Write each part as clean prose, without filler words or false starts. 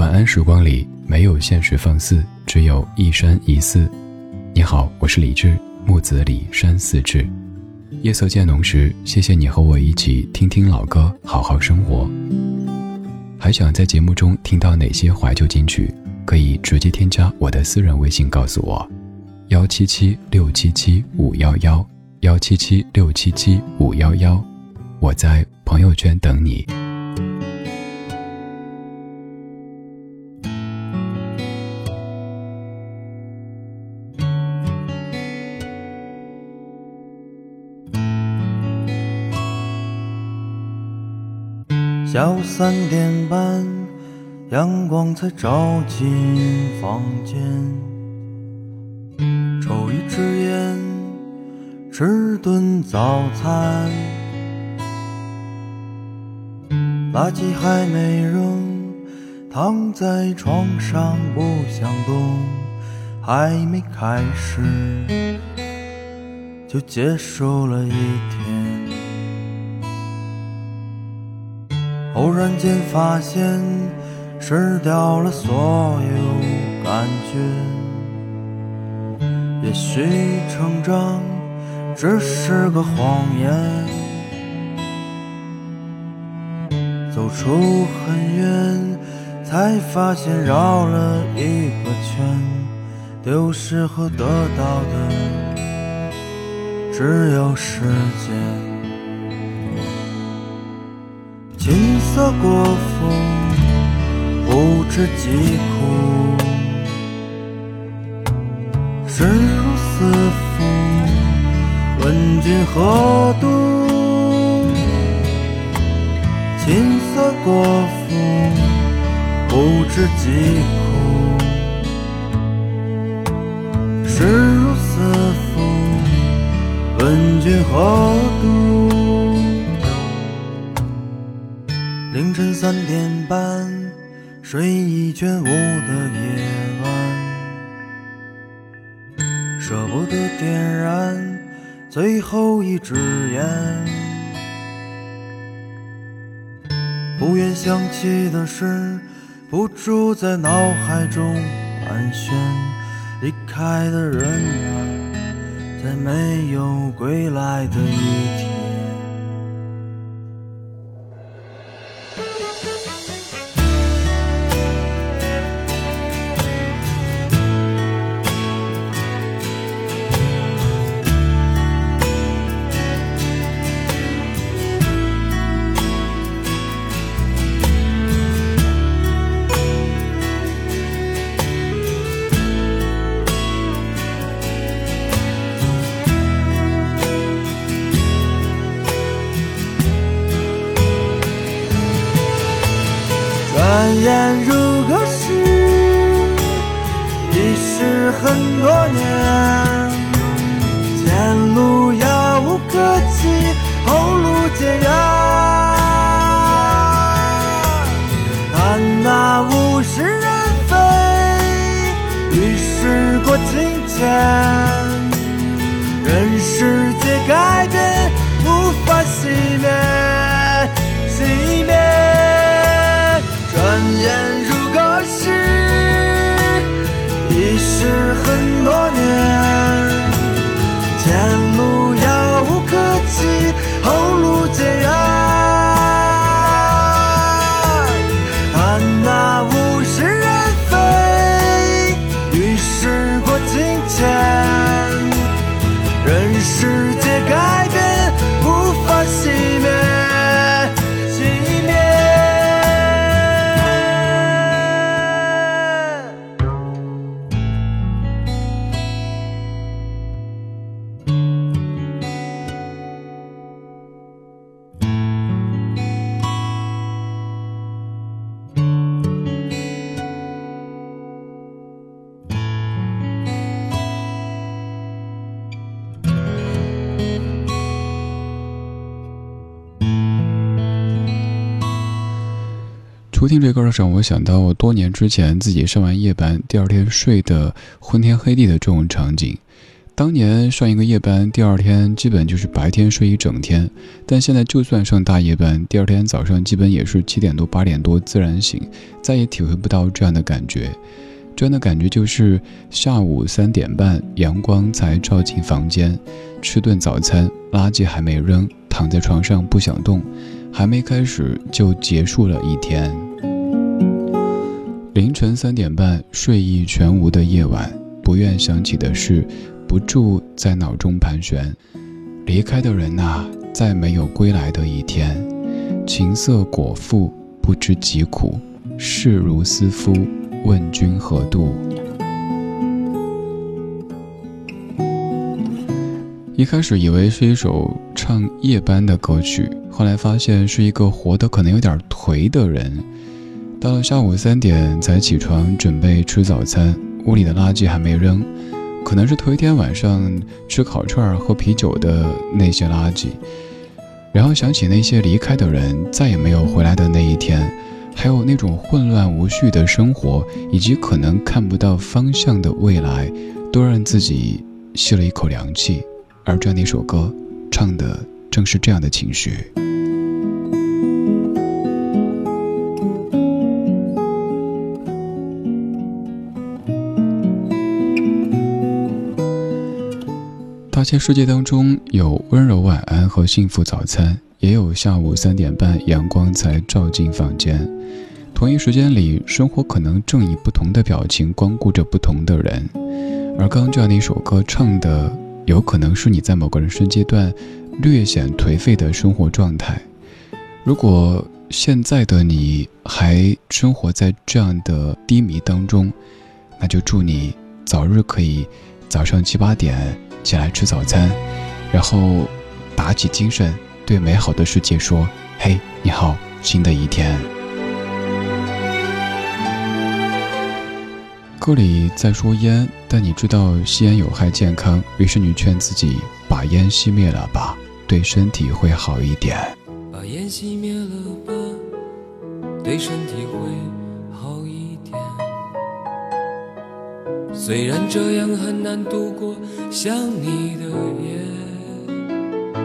晚安时光里没有现实放肆，只有一山一寺。你好，我是李志，木子李山寺志。夜色渐浓时，谢谢你和我一起听听老歌，好好生活。还想在节目中听到哪些怀旧金曲，可以直接添加我的私人微信告诉我，177677511，177677511，我在朋友圈等你。 下午3点半，阳光才照进房间，抽一支烟，吃顿早餐，垃圾还没扔，躺在床上不想动，还没开始就结束了一天。偶然间发现失掉了所有感觉，也许成长只是个谎言，走出很远才发现绕了一个圈，丢失和得到的只有时间。琴瑟过府，不知疾苦，身如死符，问君何度？琴瑟过府，不知疾苦，身如死符，问君何度？凌晨3点半，睡意全无的夜晚，舍不得点燃最后一支烟，不愿想起的事不住在脑海中盘旋，离开的人啊，在没有归来的一天。转眼如隔世，已是很多年，前路遥无可期，后路艰远，看那物是人非，与时过境迁，人世界改变无法熄灭，熄灭。转眼如隔世，已是很多年，前路遥无可期，后路艰远，看那物是人非，与时过境迁，人世界改变无法熄灭，熄灭。 初听这歌的时候，我想到我多年之前自己上完夜班，第二天睡得昏天黑地的这种场景。 当年上一个夜班，第二天基本就是白天睡一整天，但现在就算上大夜班，第二天早上基本也是7点多8点多自然醒，再也体会不到这样的感觉。这样的感觉就是下午3点半，阳光才照进房间，吃顿早餐，垃圾还没扔，躺在床上不想动，还没开始就结束了一天。凌晨3点半，睡意全无的夜晚，不愿想起的事不住在脑中盘旋。离开的人啊，再没有归来的一天。琴瑟果腹，不知疾苦，事如斯夫，问君何度。一开始以为是一首唱夜班的歌曲，后来发现是一个活得可能有点颓的人。到了下午3点才起床准备吃早餐，屋里的垃圾还没扔，可能是头一天晚上吃烤串喝啤酒的那些垃圾。然后想起那些离开的人再也没有回来的那一天，还有那种混乱无序的生活，以及可能看不到方向的未来，都让自己吸了一口凉气。而这样的一首歌唱的正是这样的情绪。大千世界当中有温柔晚安和幸福早餐，也有下午3点半阳光才照进房间。同一时间里，生活可能正以不同的表情光顾着不同的人。而刚刚这样的一首歌唱的有可能是你在某个人生阶段略显颓废的生活状态。如果现在的你还生活在这样的低迷当中，那就祝你早日可以早上7、8点起来吃早餐，然后打起精神对美好的世界说：嘿，你好，新的一天。歌里在说烟，但你知道吸烟有害健康，于是你劝自己把烟熄灭了吧，对身体会好一点。 把烟熄灭了吧，对身体会好一点。虽然这样很难度过想你的夜，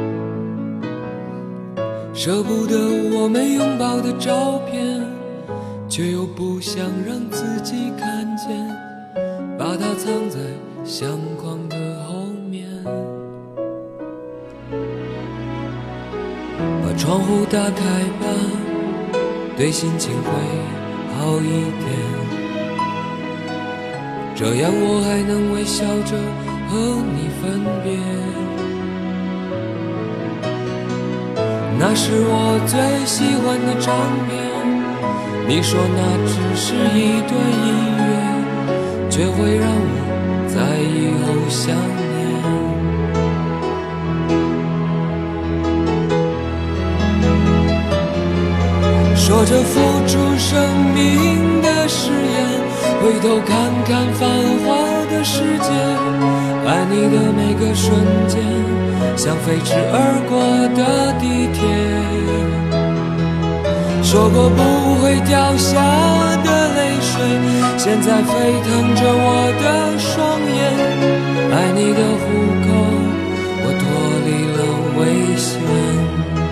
舍不得我们拥抱的照片，却又不想让自己看见，把它藏在相框的后面。把窗户打开吧，对心情会好一点，这样我还能微笑着和你分别。那是我最喜欢的唱片，你说那只是一段音乐，却会让我在以后想念。说着付出生命的誓言，回头看看繁华的世界，爱你的每个瞬间，像飞驰而过的地铁。说过不会掉下的泪水，现在沸腾着我的双眼。爱你的虎口，我脱离了危险。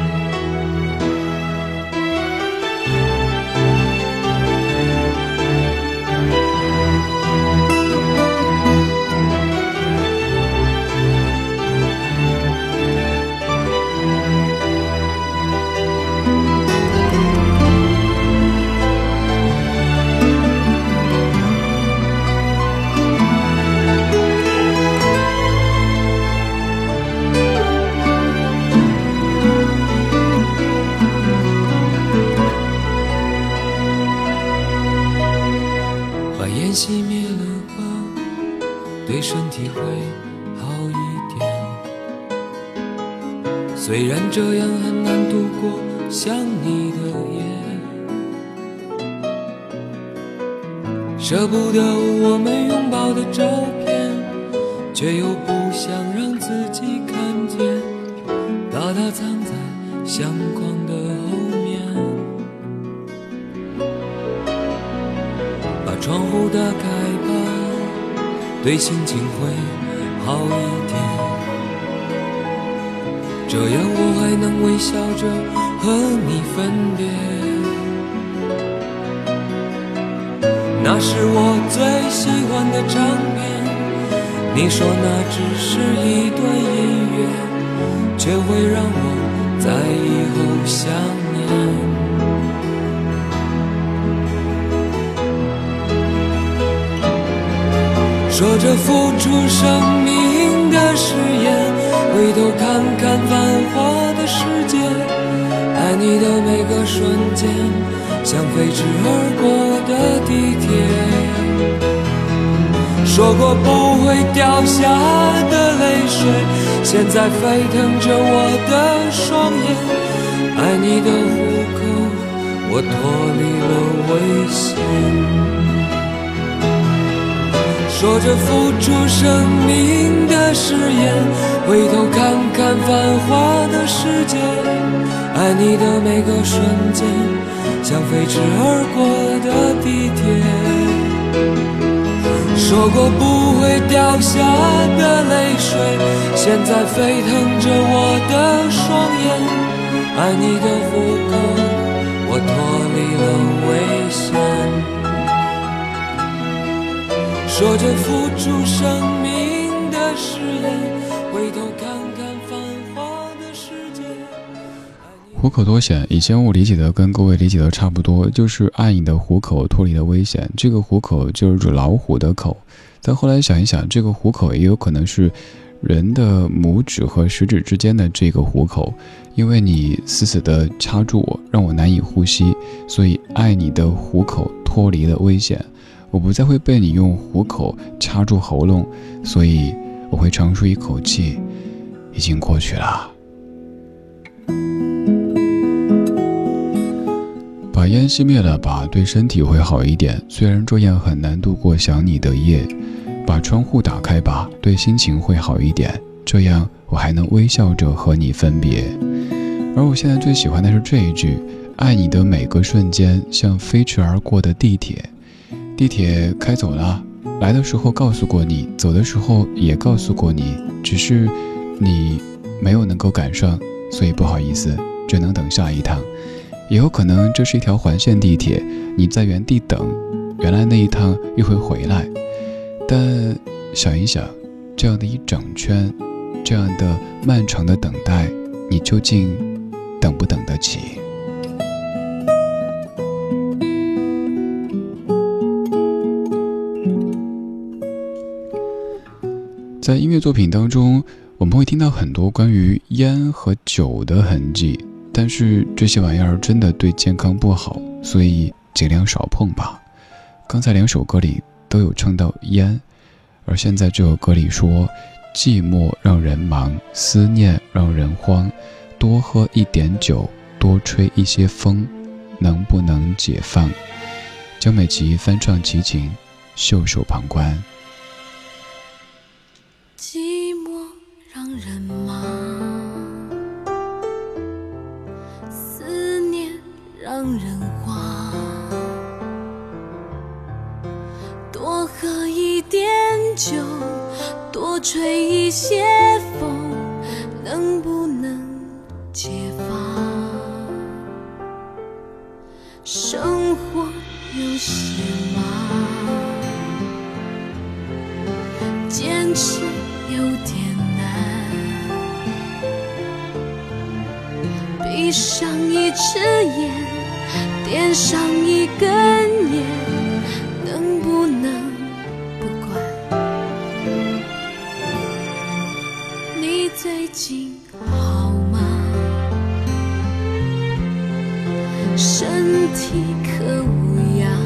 熄灭了吧，对身体会好一点。虽然这样很难度过想你的夜，舍不得我们拥抱的照片，却又不想让自己看见，把它藏在相框的后面。把窗户打开吧，对心情会好一点，这样我还能微笑着和你分别。那是我最喜欢的唱片，你说那只是一段音乐，却会让我在以后想念。说着付出生命的誓言，回头看看繁华的世界，爱你的每个瞬间，像飞驰而过的地铁。说过不会掉下的泪水，现在沸腾着我的双眼，爱你的虎口，我脱离了危险。说着付出生命的誓言，回头看看繁华的世界，爱你的每个瞬间，像飞驰而过的地铁。说过不会掉下的泪水，现在沸腾着我的双眼，爱你的虎口，我脱离了危险。说着付出生命的誓言，回头看看繁华的世界。 虎口脱险，以前我理解的跟各位理解的差不多，就是爱你的虎口脱离了危险。这个虎口就是指老虎的口，但后来想一想，这个虎口也有可能是人的拇指和食指之间的这个虎口，因为你死死地掐住我，让我难以呼吸，所以爱你的虎口脱离了危险。我不再会被你用虎口掐住喉咙，所以我会长舒一口气，已经过去了。把烟熄灭了吧，对身体会好一点，虽然这样很难度过想你的夜。把窗户打开吧，对心情会好一点，这样我还能微笑着和你分别。而我现在最喜欢的是这一句，爱你的每个瞬间，像飞驰而过的地铁。地铁开走了，来的时候告诉过你，走的时候也告诉过你，只是你没有能够赶上，所以不好意思，只能等下一趟。也有可能这是一条环线地铁，你在原地等，原来那一趟又会回来。但想一想，这样的一整圈，这样的漫长的等待，你究竟等不等得起？在音乐作品当中，我们会听到很多关于烟和酒的痕迹，但是这些玩意儿真的对健康不好，所以尽量少碰吧。刚才两首歌里都有唱到烟，而现在这首歌里说，寂寞让人忙，思念让人慌，多喝一点酒，多吹一些风，能不能解放？江美琪翻唱齐秦，袖手旁观。 寂寞让人忙，思念让人慌，多喝一点酒，多吹一些风，能不能解放？生活有些忙，坚持有点难，闭上一只眼，点上一根烟，能不能不管？你最近好吗？身体可无恙？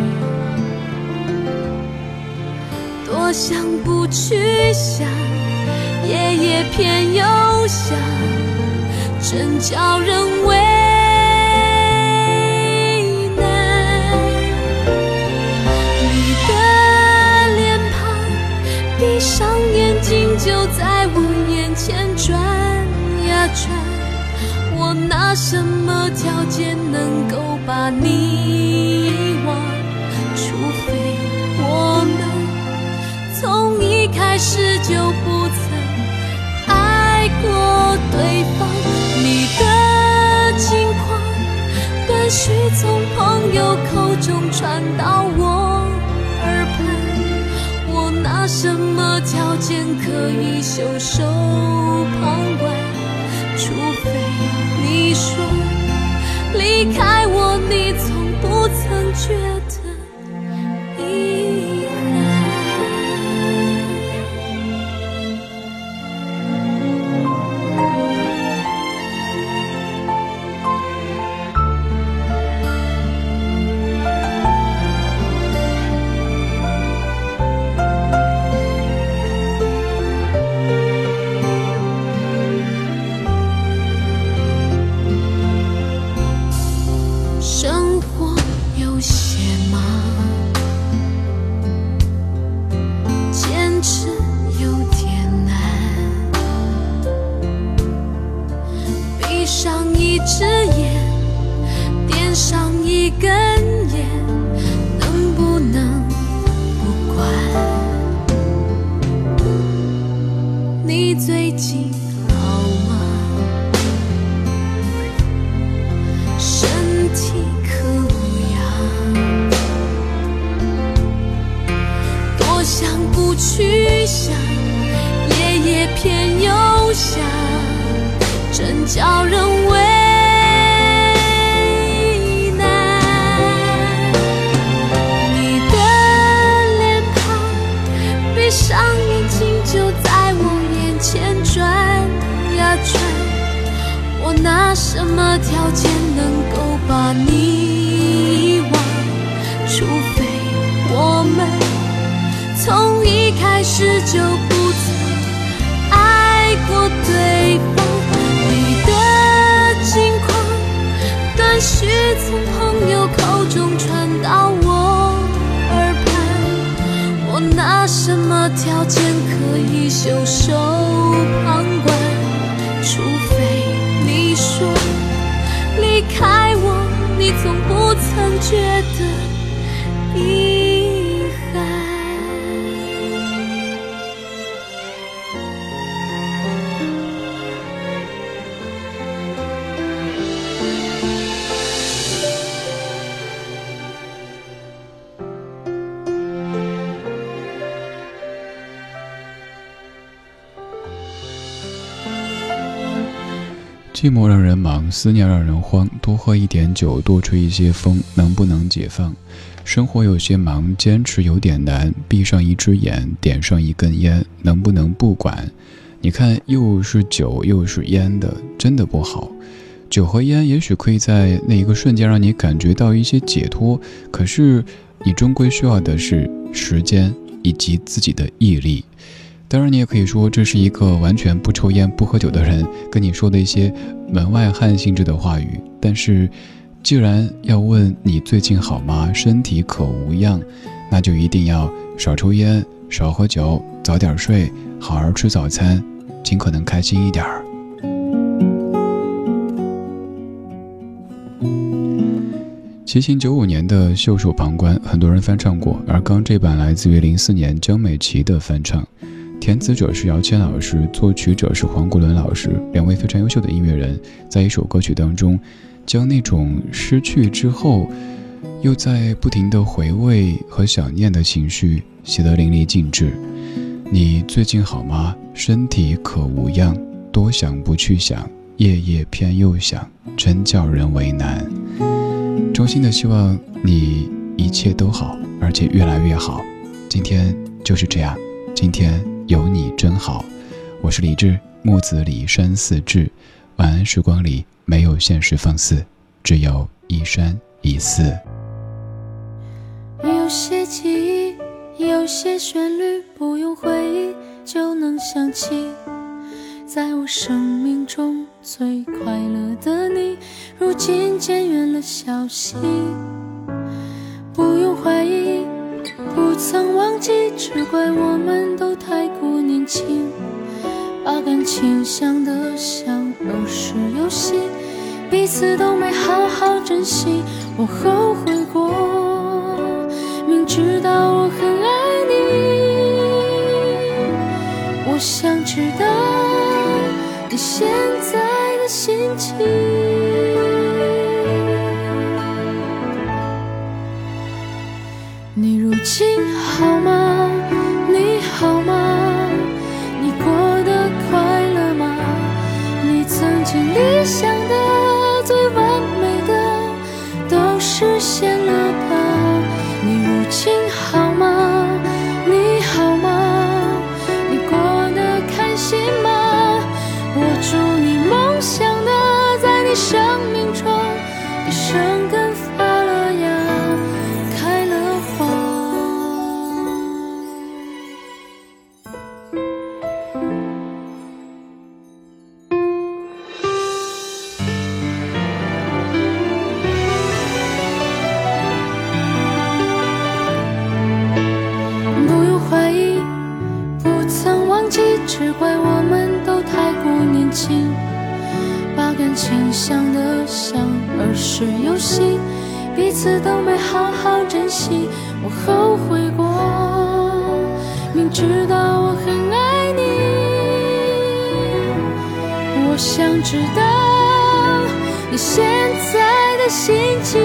多想不去想，夜夜偏又想，真叫人为难。你的脸庞，闭上眼睛就在我眼前转呀转，我拿什么条件能够把你遗忘？除非我们从一开始就不从朋友口中传到我耳畔，我拿什么条件可以袖手旁观？除非你说离开我，你从不曾觉得遗憾。生活有些忙，坚持有点难，闭上一只眼，点上一根烟，能不能不管？你最近好吗？身体可无恙？多想不去想，夜夜偏又想，真叫人为难。你的脸庞，闭上眼睛就在我眼前转呀转，我拿什么条件能够把你遗忘？除非我们从一开始就不曾爱过对方。你的近况断续从朋友口中传到我耳畔，我拿什么条件可以袖手旁观？除非你说离开我，你从不曾觉得遗憾。 寂寞让人忙，思念让人慌，多喝一点酒，多吹一些风，能不能解放？生活有些忙，坚持有点难，闭上一只眼，点上一根烟，能不能不管？你看，又是酒又是烟的，真的不好。酒和烟也许可以在那一个瞬间让你感觉到一些解脱，可是你终归需要的是时间以及自己的毅力。当然你也可以说这是一个完全不抽烟不喝酒的人跟你说的一些门外汉性质的话语，但是既然要问你最近好吗，身体可无恙，那就一定要少抽烟少喝酒，早点睡，好好吃早餐，尽可能开心一点儿。齐秦95年的《袖手旁观》很多人翻唱过，而刚这版来自于04年江美琪的翻唱，填词者是姚谦老师，作曲者是黄国伦老师，两位非常优秀的音乐人，在一首歌曲当中将那种失去之后又在不停的回味和想念的情绪写得淋漓尽致。你最近好吗？身体可无恙？多想不去想，夜夜偏又想，真叫人为难。衷心的希望你一切都好，而且越来越好。今天就是这样，今天有你真好。我是李志，木子李山寺志。晚安时光里没有现实放肆，只有一山一寺。 有些记忆，有些旋律，不用回忆就能想起，在我生命中最快乐的你，如今渐远了消息。不用怀疑，不曾忘记，只怪我们都太过年轻，把感情想得像儿时游戏，彼此都没好好珍惜。我后悔过，明知道我很爱你，我想知道你现在的心情。 你如今好吗？你好吗？你过得快乐吗？你曾经理想的最完美的都实现了吧？你如今好吗？你好吗？你过得开心吗？我祝你梦想的在你生命中一生根发了芽，开了花。不用怀疑，不曾忘记，只怪我们都太过年轻，把感情想得像儿时游戏，彼此都没好好珍惜。我后悔过，明知道我很爱你，我想知道你现在的心情。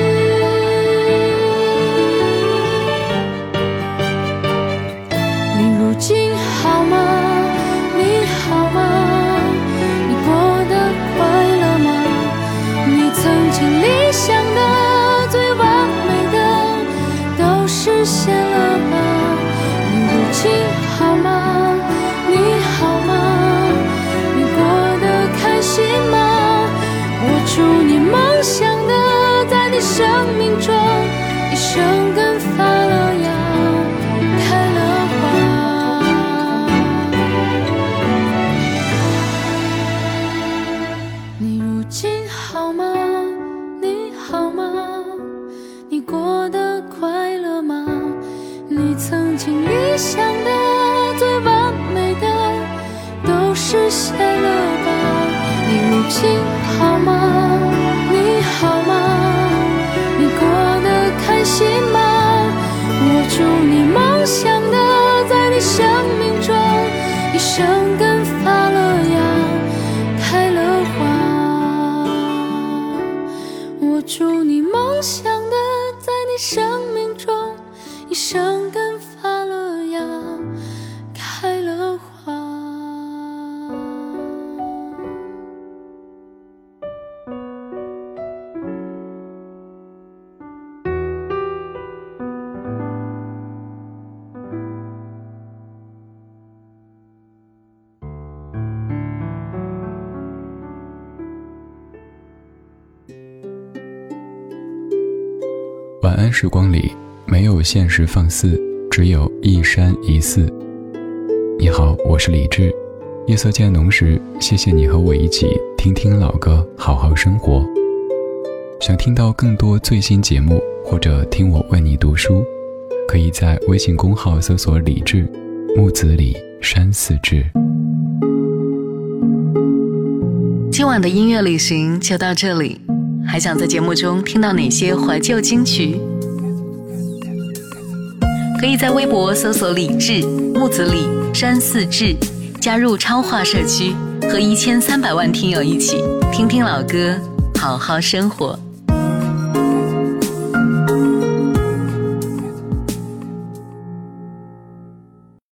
你如今好吗？你好吗？你过得快乐吗？你曾经理想的最完美的都实现了吧？你如今好吗？你好吗？你过得开心吗？我祝你梦想的在你生命中一生根发了芽，开了花。你如今好吗？你好吗？你过得快乐吗？你曾经理想的最完美的都实现了吧？你如今好吗？你好吗？你过得开心吗？我祝你梦想的在你生命中一生根发了芽，开了花。我祝你梦想的在你生命中一生根发了芽，开了花。 晚安时光里，没有现实放肆，只有一山一寺。你好，我是李志。夜色渐浓时，谢谢你和我一起听听老歌，好好生活。想听到更多最新节目，或者听我为你读书，可以在微信公号搜索李志，木子李，山寺志。 今晚的音乐旅行就到这里，还想在节目中听到哪些怀旧金曲？可以在微博搜索李志，木子李，山寺志，加入超话社区，和1300万听友一起听听老歌，好好生活。